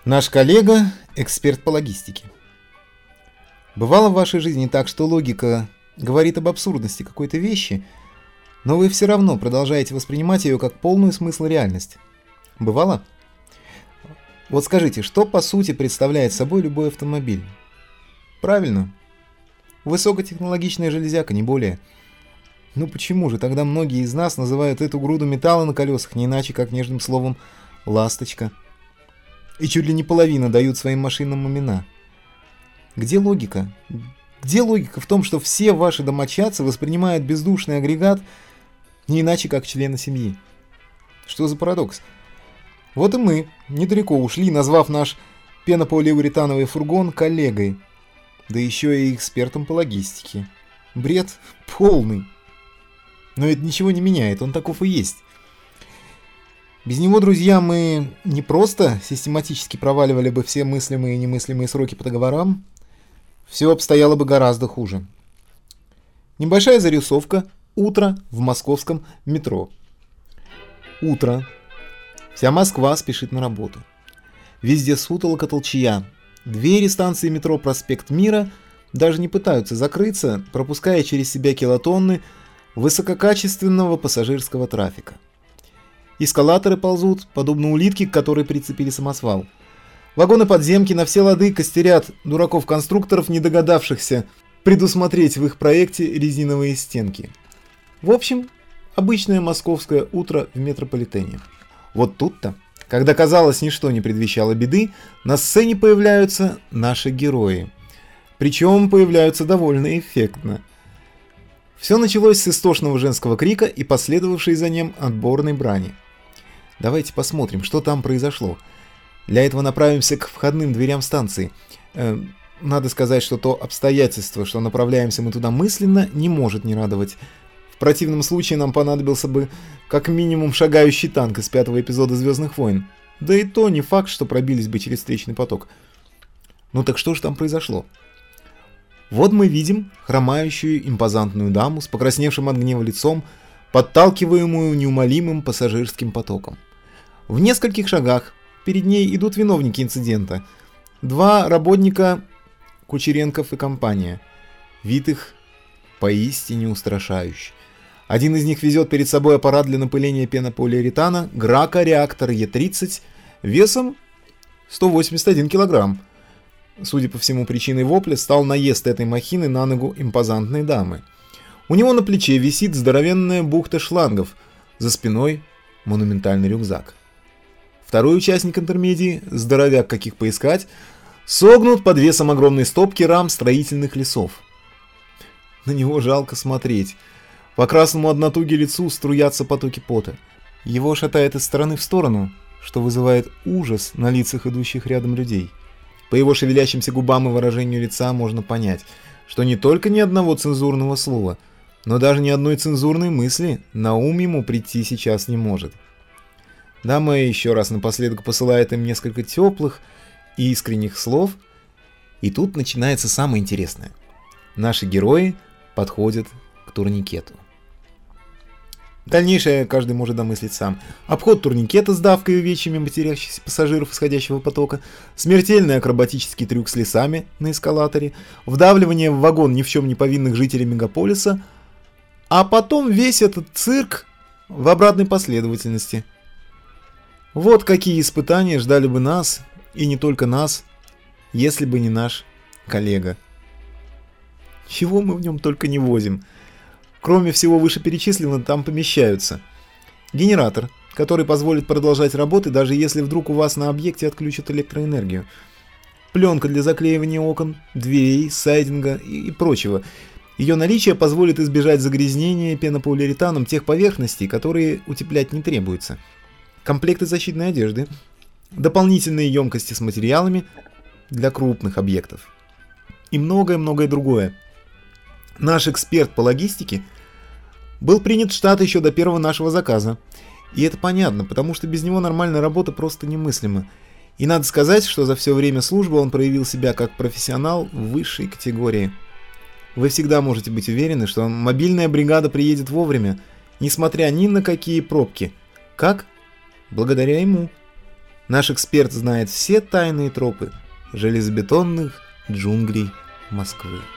Наш коллега – эксперт по логистике. Бывало в вашей жизни так, что логика говорит об абсурдности какой-то вещи, но вы все равно продолжаете воспринимать ее как полную смысл реальность. Бывало? Вот скажите, что по сути представляет собой любой автомобиль? Правильно. Высокотехнологичная железяка, не более. Ну почему же тогда многие из нас называют эту груду металла на колесах не иначе, как нежным словом «ласточка»? И чуть ли не половина дают своим машинам имена. Где логика? Где логика в том, что все ваши домочадцы воспринимают бездушный агрегат не иначе, как члена семьи? Что за парадокс? Вот и мы недалеко ушли, назвав наш пенополиуретановый фургон коллегой, да еще и экспертом по логистике. Бред полный. Но это ничего не меняет, он таков и есть. Без него, друзья, мы не просто систематически проваливали бы все мыслимые и немыслимые сроки по договорам, все обстояло бы гораздо хуже. Небольшая зарисовка. Утро в московском метро. Утро. Вся Москва спешит на работу. Везде сутолока толчья. Двери станции метро «Проспект Мира» даже не пытаются закрыться, пропуская через себя килотонны высококачественного пассажирского трафика. Эскалаторы ползут, подобно улитке, к которой прицепили самосвал. Вагоны-подземки на все лады костерят дураков-конструкторов, не догадавшихся предусмотреть в их проекте резиновые стенки. В общем, обычное московское утро в метрополитене. Вот тут-то, когда казалось ничто не предвещало беды, на сцене появляются наши герои. Причем появляются довольно эффектно. Все началось с истошного женского крика и последовавшей за ним отборной брани. Давайте посмотрим, что там произошло. Для этого направимся к входным дверям станции. Надо сказать, что то обстоятельство, что направляемся мы туда мысленно, не может не радовать. В противном случае нам понадобился бы как минимум шагающий танк из 5-го эпизода «Звездных войн». Да и то не факт, что пробились бы через встречный поток. Ну так что же там произошло? Вот мы видим хромающую импозантную даму с покрасневшим от гнева лицом, подталкиваемую неумолимым пассажирским потоком. В нескольких шагах перед ней идут виновники инцидента. Два работника Кучеренков и компания. Вид их поистине устрашающий. Один из них везет перед собой аппарат для напыления пенополиуретана Грако реактор Е30 весом 181 килограмм. Судя по всему, причиной вопля стал наезд этой махины на ногу импозантной дамы. У него на плече висит здоровенная бухта шлангов, за спиной монументальный рюкзак. Второй участник интермедии, здоровяк каких поискать, согнут под весом огромной стопки рам строительных лесов. На него жалко смотреть. По красному от натуги лицу струятся потоки пота. Его шатает из стороны в сторону, что вызывает ужас на лицах идущих рядом людей. По его шевелящимся губам и выражению лица можно понять, что не только ни одного цензурного слова, но даже ни одной цензурной мысли на ум ему прийти сейчас не может. Дама еще раз напоследок посылает им несколько теплых и искренних слов, и тут начинается самое интересное. Наши герои подходят к турникету. Дальнейшее каждый может домыслить сам. Обход турникета с давкой и увечьями матерящихся пассажиров исходящего потока, смертельный акробатический трюк с лесами на эскалаторе, вдавливание в вагон ни в чем не повинных жителей мегаполиса, а потом весь этот цирк в обратной последовательности. Вот какие испытания ждали бы нас, и не только нас, если бы не наш коллега. Чего мы в нем только не возим. Кроме всего вышеперечисленного, там помещаются генератор, который позволит продолжать работы, даже если вдруг у вас на объекте отключат электроэнергию, пленка для заклеивания окон, дверей, сайдинга и прочего. Ее наличие позволит избежать загрязнения пенополиуретаном тех поверхностей, которые утеплять не требуется. Комплекты защитной одежды, дополнительные емкости с материалами для крупных объектов и многое-многое другое. Наш эксперт по логистике был принят в штат еще до первого нашего заказа. И это понятно, потому что без него нормальная работа просто немыслима. И надо сказать, что за все время службы он проявил себя как профессионал высшей категории. Вы всегда можете быть уверены, что мобильная бригада приедет вовремя, несмотря ни на какие пробки. Как? Благодаря ему. Наш эксперт знает все тайные тропы железобетонных джунглей Москвы.